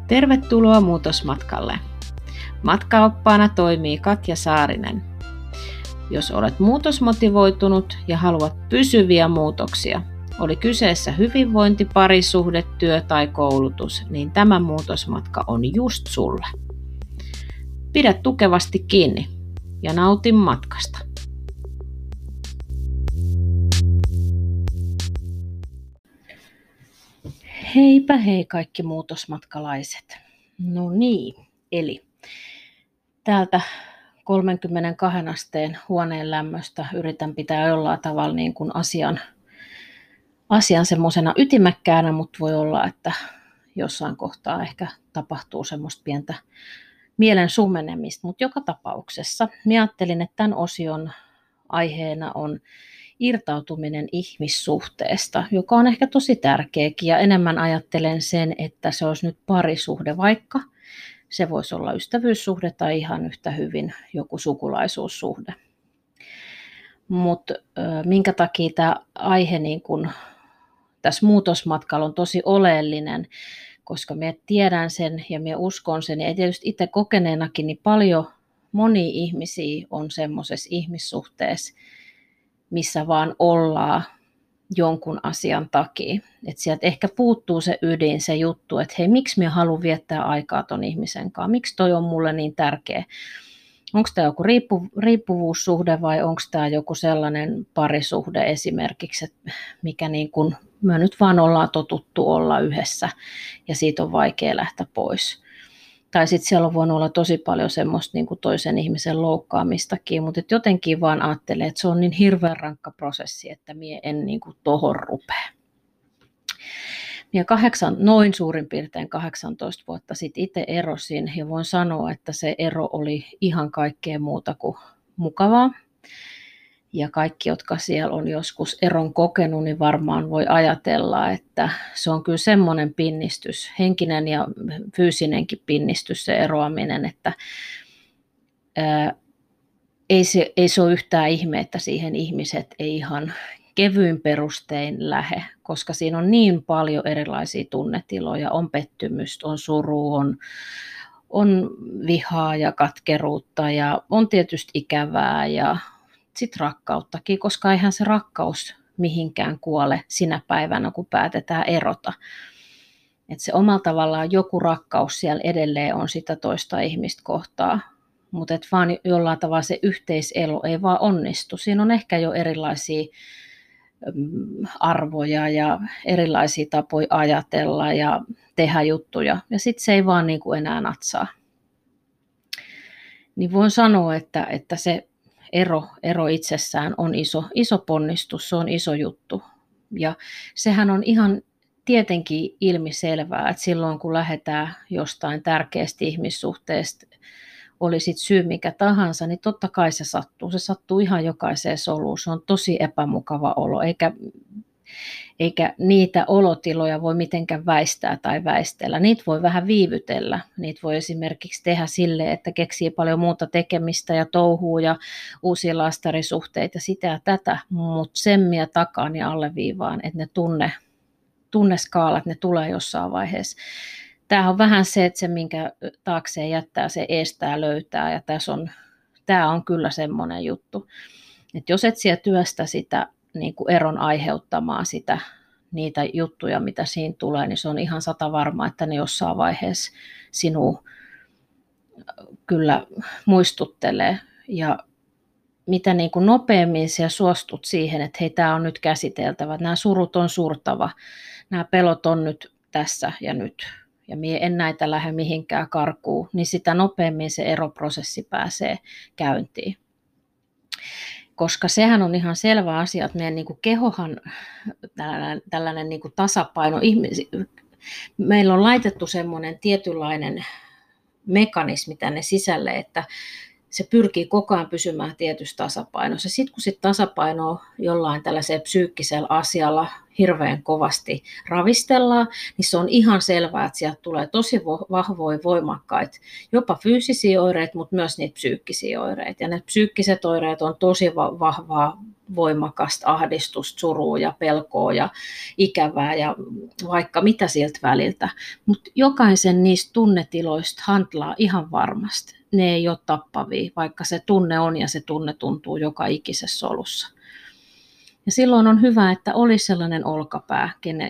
Tervetuloa muutosmatkalle. Matkaoppaana toimii Katja Saarinen. Jos olet muutosmotivoitunut ja haluat pysyviä muutoksia, oli kyseessä hyvinvointi, parisuhde, työ tai koulutus, niin tämä muutosmatka on just sulle. Pidä tukevasti kiinni ja nauti matkasta. Heipä hei kaikki muutosmatkalaiset. No niin, eli täältä 32 asteen huoneen lämmöstä yritän pitää jollain tavalla niin kuin asian semmoisena ytimekkäänä, mutta voi olla, että jossain kohtaa ehkä tapahtuu semmoista pientä mielen summenemista, mutta joka tapauksessa minä ajattelin, että tämän osion aiheena on irtautuminen ihmissuhteesta, joka on ehkä tosi tärkeäkin, ja enemmän ajattelen sen, että se olisi nyt parisuhde, vaikka se voisi olla ystävyyssuhde tai ihan yhtä hyvin joku sukulaisuussuhde. Mutta minkä takia tämä aihe niin kun tässä muutosmatkalla on tosi oleellinen, koska minä tiedän sen ja minä uskon sen, ja tietysti itse kokeneenakin, niin monia ihmisiä on semmoisessa ihmissuhteessa, missä vaan ollaan jonkun asian takia. Että sieltä ehkä puuttuu se ydin, se juttu, että hei, miksi minä haluan viettää aikaa ton ihmisen kanssa, miksi toi on mulle niin tärkeä. Onko tämä joku riippuvuussuhde vai onko tämä joku sellainen parisuhde esimerkiksi, että mikä niin kuin me nyt vaan ollaan totuttu olla yhdessä ja siitä on vaikea lähteä pois. Tai sitten siellä on voinut olla tosi paljon semmoista niin kuin toisen ihmisen loukkaamistakin, mutta jotenkin vaan ajattelen, että se on niin hirveän rankka prosessi, että minä en niin kuin tohon rupea. Minä noin suurin piirtein 18 vuotta sitten itse erosin ja voin sanoa, että se ero oli ihan kaikkea muuta kuin mukavaa. Ja kaikki, jotka siellä on joskus eron kokenut, niin varmaan voi ajatella, että se on kyllä semmoinen pinnistys, henkinen ja fyysinenkin pinnistys se eroaminen, että ei se ole yhtään ihme, että siihen ihmiset ei ihan kevyin perustein lähe, koska siinä on niin paljon erilaisia tunnetiloja, on pettymystä, on surua, on vihaa ja katkeruutta ja on tietysti ikävää ja sitten rakkauttakin, koska eihän se rakkaus mihinkään kuole sinä päivänä, kun päätetään erota. Et se omalla tavallaan joku rakkaus siellä edelleen on sitä toista ihmistä kohtaa, mutta vaan jollain tavalla se yhteiselo ei vaan onnistu. Siinä on ehkä jo erilaisia arvoja ja erilaisia tapoja ajatella ja tehdä juttuja, ja sitten se ei vaan niin kuin enää natsaa. Niin voin sanoa, että se ero itsessään on iso ponnistus, se on iso juttu. Ja sehän on ihan tietenkin ilmiselvää, että silloin kun lähdetään jostain tärkeästä ihmissuhteesta, oli sit syy mikä tahansa, niin totta kai se sattuu. Se sattuu ihan jokaiseen soluun. Se on tosi epämukava olo, eikä niitä olotiloja voi mitenkään väistää tai väistellä. Niitä voi vähän viivytellä. Niitä voi esimerkiksi tehdä silleen, että keksii paljon muuta tekemistä ja touhuu ja uusia lastarisuhteita, sitä ja tätä, mutta sen minä takaan ja alleviivaan, että ne tunneskaalat, ne tulee jossain vaiheessa. Tämä on vähän se, että se minkä taakseen jättää, se estää löytää, ja tämä on kyllä semmoinen juttu, että jos et siellä työstä sitä niin kuin eron aiheuttamaa niitä juttuja, mitä siinä tulee, niin se on ihan satavarma, että ne jossain vaiheessa sinua kyllä muistuttelee. Ja mitä niin kuin nopeammin siellä suostut siihen, että hei, tämä on nyt käsiteltävä, nämä surut on surtava, nämä pelot on nyt tässä ja nyt, ja minä en näitä lähde mihinkään karkuun, niin sitä nopeammin se eroprosessi pääsee käyntiin. Koska sehän on ihan selvä asia, että meidän niin kuin kehohan, tällainen niin kuin tasapaino, meillä on laitettu semmoinen tietynlainen mekanismi tänne sisälle, että se pyrkii koko ajan pysymään tietyssä tasapainossa. Sitten kun tasapainoa jollain tällaisella psyykkisellä asialla hirveän kovasti ravistellaan, niin se on ihan selvää, että sieltä tulee tosi vahvoja, voimakkaita, jopa fyysisiä oireita, mutta myös niitä psyykkisiä oireita. Ja ne psyykkiset oireet on tosi vahvaa voimakasta ahdistusta, surua ja pelkoa ja ikävää ja vaikka mitä sieltä väliltä. Mutta jokaisen niistä tunnetiloista handlaa ihan varmasti. Ne ei ole tappavia, vaikka se tunne on ja se tunne tuntuu joka ikisessä solussa. Ja silloin on hyvä, että olisi sellainen olkapää,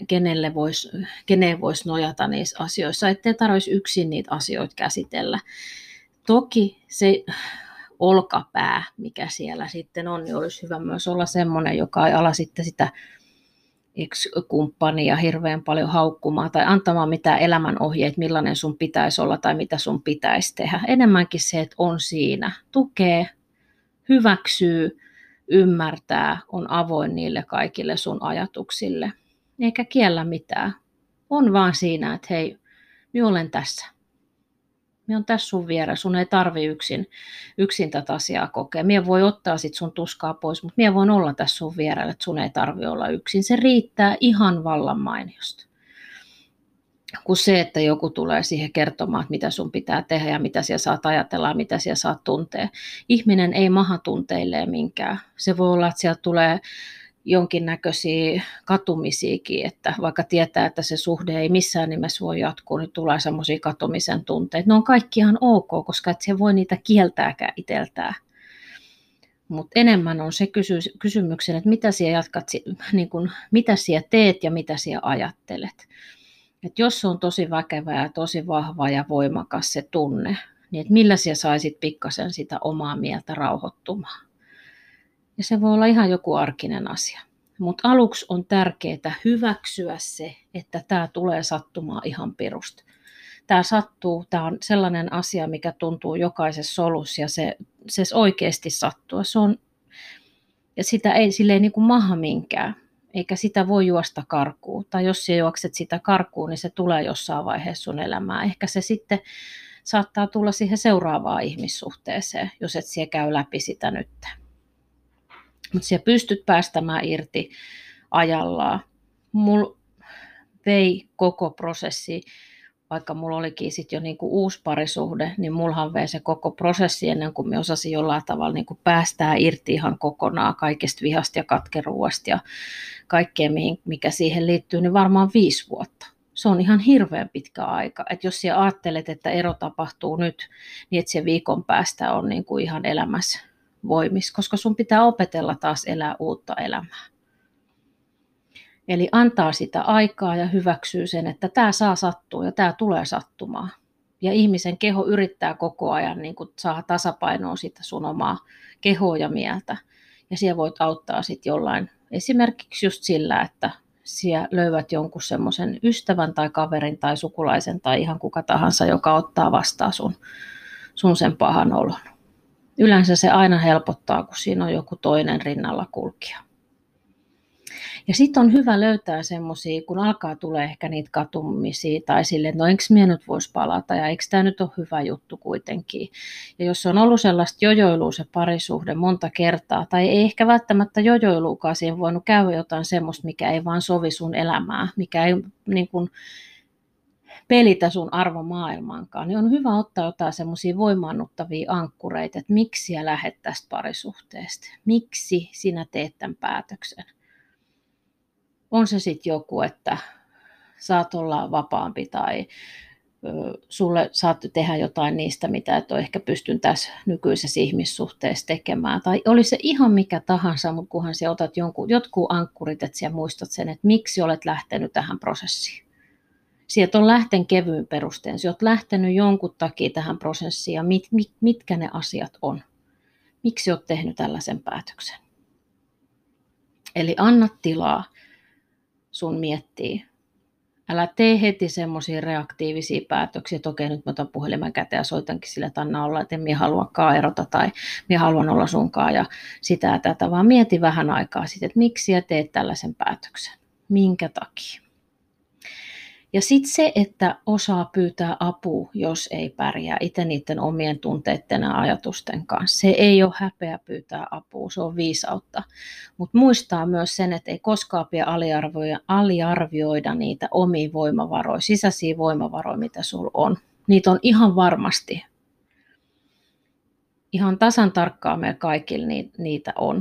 keneen voisi nojata niissä asioissa, ettei tarvitsisi yksin niitä asioita käsitellä. Toki se olkapää, mikä siellä sitten on, niin olisi hyvä myös olla semmoinen, joka ei ala sitten sitä kumppania hirveän paljon haukkumaan tai antamaan mitään elämänohjeet, millainen sun pitäisi olla tai mitä sun pitäisi tehdä. Enemmänkin se, että on siinä, tukee, hyväksyy, ymmärtää, on avoin niille kaikille sun ajatuksille, eikä kiellä mitään. On vaan siinä, että hei, minä olen tässä. Minä olen tässä sun vieressä, sun ei tarvi yksin tätä asiaa kokea. Minä voi ottaa sit sun tuskaa pois, mutta minä voin olla tässä sun vierellä, että sun ei tarvi olla yksin. Se riittää ihan vallan mainiosta. Kuin se, että joku tulee siihen kertomaan, että mitä sun pitää tehdä ja mitä siellä saat ajatella ja mitä siellä saat tuntea. Ihminen ei maha tunteilleen minkään. Se voi olla, että sieltä tulee jonkinnäköisiä katumisiakin, että vaikka tietää, että se suhde ei missään nimessä voi jatkuu, niin tulee semmoisia katumisen tunteita. Ne on kaikki ihan ok, koska et se voi niitä kieltääkään itseltään. Mutta enemmän on se kysymyksen, että mitä siellä jatkat, niin kun, mitä siellä teet ja mitä siellä ajattelet. Et jos se on tosi väkevä ja tosi vahva ja voimakas se tunne, niin että millä siellä saisit pikkasen sitä omaa mieltä rauhoittumaan. Ja se voi olla ihan joku arkinen asia. Mutta aluksi on tärkeää hyväksyä se, että tämä tulee sattumaan ihan pirusta. Tämä sattuu, tämä on sellainen asia, mikä tuntuu jokaisessa solussa ja se oikeasti sattuu. Ja sitä ei silleen niin kuin maha minkään, eikä sitä voi juosta karkuun. Tai jos sä juokset sitä karkuun, niin se tulee jossain vaiheessa sun elämään. Ehkä se sitten saattaa tulla siihen seuraavaan ihmissuhteeseen, jos et siellä käy läpi sitä nyt. Mutta siellä pystyt päästämään irti ajallaan. Mulla vei koko prosessi, vaikka mulla olikin sitten jo niinku uusi parisuhde, niin mullahan vei se koko prosessi ennen kuin me osasin jollain tavalla niinku päästää irti ihan kokonaan kaikesta vihasta ja katkeruudesta ja kaikkea, mikä siihen liittyy, niin varmaan 5 vuotta. Se on ihan hirveän pitkä aika. Et jos sinä ajattelet, että ero tapahtuu nyt, niin että se viikon päästä on niinku ihan elämässä voimissa, koska sun pitää opetella taas elää uutta elämää. Eli antaa sitä aikaa ja hyväksyy sen, että tämä saa sattua ja tämä tulee sattumaan. Ja ihmisen keho yrittää koko ajan niin kuin saada tasapainoa sitä sun omaa kehoa ja mieltä. Ja siellä voit auttaa sitten jollain, esimerkiksi just sillä, että siellä löydät jonkun semmoisen ystävän tai kaverin tai sukulaisen tai ihan kuka tahansa, joka ottaa vastaan sun sen pahan olon. Yleensä se aina helpottaa, kun siinä on joku toinen rinnalla kulkija. Ja sitten on hyvä löytää semmoisia, kun alkaa tulee ehkä niitä katumisia tai silleen, että no eikö minä nyt voisi palata ja eikö tämä nyt ole hyvä juttu kuitenkin. Ja jos on ollut sellaista jojoilua se parisuhde monta kertaa, tai ei ehkä välttämättä jojoiluukaan, siihen voinut käydä jotain semmoista, mikä ei vaan sovi sun elämää, mikä ei niin kuin pelitä sun arvomaailmankaan, niin on hyvä ottaa jotain semmoisia voimaannuttavia ankkureita, että miksi sä lähdet tästä parisuhteesta, miksi sinä teet tämän päätöksen. On se sitten joku, että saat olla vapaampi tai sulle saat tehdä jotain niistä, mitä et ole ehkä pystyn tässä nykyisessä ihmissuhteessa tekemään. Tai oli se ihan mikä tahansa, mutta kunhan sä otat jotkut ankkurit, että sä muistat sen, että miksi olet lähtenyt tähän prosessiin. Sieltä on lähten kevyin perusteen. Sä oot lähtenyt jonkun takia tähän prosessiin ja mitkä ne asiat on. Miksi oot tehnyt tällaisen päätöksen. Eli anna tilaa sun miettii. Älä tee heti semmoisia reaktiivisia päätöksiä, että okei, nyt mä otan puhelimen käteen ja soitankin sille, että anna olla, että en minä haluakaan erota tai minä haluan olla sunkaan ja sitä ja tätä, vaan mieti vähän aikaa sitten, että miksi sä teet tällaisen päätöksen, minkä takia. Ja sitten se, että osaa pyytää apua, jos ei pärjää itse niiden omien tunteiden ja ajatusten kanssa. Se ei ole häpeä pyytää apua, se on viisautta. Mutta muistaa myös sen, että ei koskaan pidä aliarvioida niitä omia voimavaroja, sisäisiä voimavaroja, mitä sulla on. Niitä on ihan varmasti. Ihan tasan tarkkaan meillä kaikilla niitä on.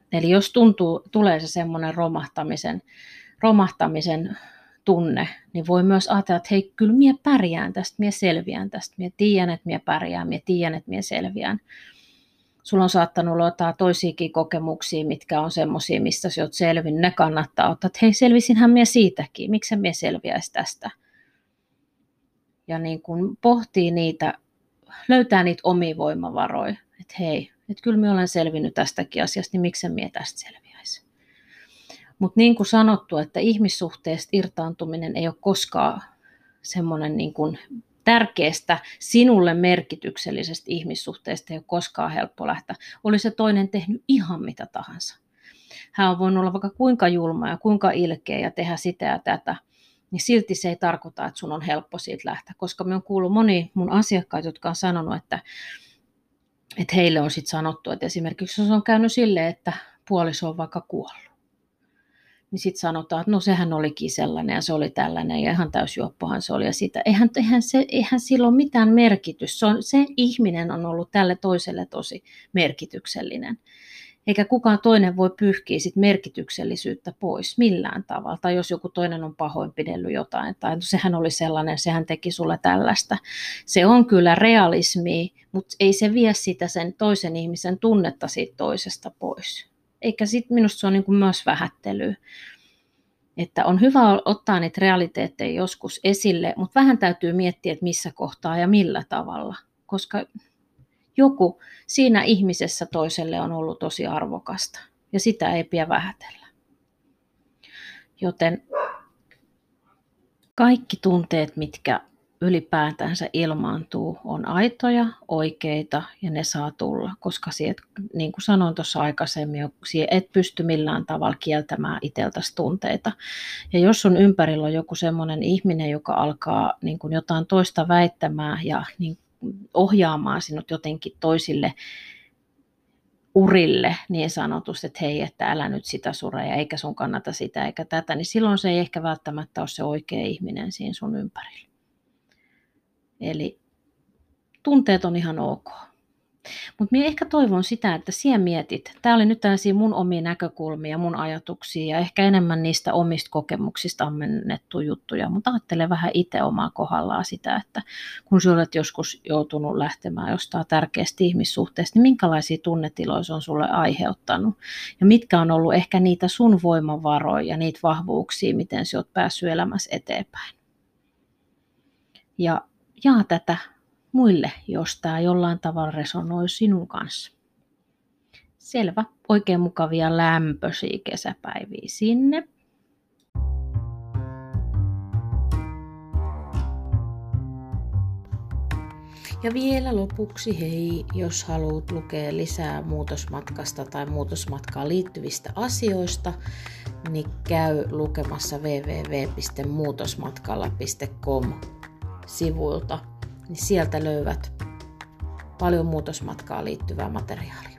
Eli jos tulee se semmoinen romahtamisen tunne, niin voi myös ajatella, että hei, kyllä minä pärjään tästä, minä selviän tästä, minä tiedän, että minä pärjään, minä tiedän, että minä selviän. Sulla on saattanut olla jotain toisiakin kokemuksia, mitkä on semmoisia, mistä sä oot selvinnyt, ne kannattaa ottaa, että hei, selvisinhän minä siitäkin, miksi minä selviäisi tästä. Ja niin kun pohtii niitä, löytää niitä omia voimavaroja, että hei, että kyllä minä olen selvinnyt tästäkin asiasta, niin miksi minä tästä selviäisi. Mutta niin kuin sanottu, että ihmissuhteesta irtaantuminen ei ole koskaan semmoinen niin kuin tärkeästä, sinulle merkityksellisestä ihmissuhteesta ei ole koskaan helppo lähteä. Oli se toinen tehnyt ihan mitä tahansa. Hän on voinut olla vaikka kuinka julma ja kuinka ilkeä ja tehdä sitä ja tätä, niin silti se ei tarkoita, että sun on helppo siitä lähteä. Koska me on kuullut moni mun asiakkaita, jotka on sanonut, että heille on sitten sanottu, että esimerkiksi jos on käynyt silleen, että puoliso on vaikka kuollut, niin sitten sanotaan, että no sehän olikin sellainen ja se oli tällainen ja ihan täysjuoppohan se oli ja sitä. Eihän sillä ole mitään merkitys. Se ihminen on ollut tälle toiselle tosi merkityksellinen. Eikä kukaan toinen voi pyyhkiä sit merkityksellisyyttä pois millään tavalla. Tai jos joku toinen on pahoinpidellyt jotain, tai no sehän oli sellainen, sehän teki sulle tällaista. Se on kyllä realismi, mutta ei se vie sitä sen toisen ihmisen tunnetta siitä toisesta pois. Eikä sitten minusta se on niin kuin myös vähättelyä. Että on hyvä ottaa niitä realiteetteja joskus esille, mutta vähän täytyy miettiä, että missä kohtaa ja millä tavalla. Koska joku siinä ihmisessä toiselle on ollut tosi arvokasta ja sitä ei pidä vähätellä. Joten kaikki tunteet, mitkä ylipäätänsä ilmaantuu, on aitoja, oikeita ja ne saa tulla, koska niin kuin sanoin tuossa aikaisemmin, et pysty millään tavalla kieltämään itseltäsi tunteita. Ja jos sun ympärillä on joku semmoinen ihminen, joka alkaa niin kuin jotain toista väittämään ja niin ohjaamaan sinut jotenkin toisille urille niin sanotusti, että hei, että älä nyt sitä sure ja eikä sun kannata sitä eikä tätä, niin silloin se ei ehkä välttämättä ole se oikea ihminen siinä sun ympärillä. Eli tunteet on ihan ok. Mutta minä ehkä toivon sitä, että sinä mietit, tämä oli nyt tällaisia mun omia näkökulmia, mun ajatuksia ja ehkä enemmän niistä omista kokemuksista ammennettu juttuja, mutta ajattele vähän itse omaa kohdallaan sitä, että kun sinä olet joskus joutunut lähtemään jostain tärkeästä ihmissuhteesta, niin minkälaisia tunnetiloja se on sulle aiheuttanut ja mitkä on ollut ehkä niitä sun voimavaroja ja niitä vahvuuksia, miten sinä olet päässyt elämässä eteenpäin. Ja jaa tätä muille, jos tämä jollain tavalla resonoi sinun kanssa. Selvä, oikein mukavia lämpöisiä kesäpäiviä sinne. Ja vielä lopuksi hei, jos haluat lukea lisää muutosmatkasta tai muutosmatkaan liittyvistä asioista, niin käy lukemassa www.muutosmatkalla.com sivuilta. Niin sieltä löydät paljon muutosmatkaan liittyvää materiaalia.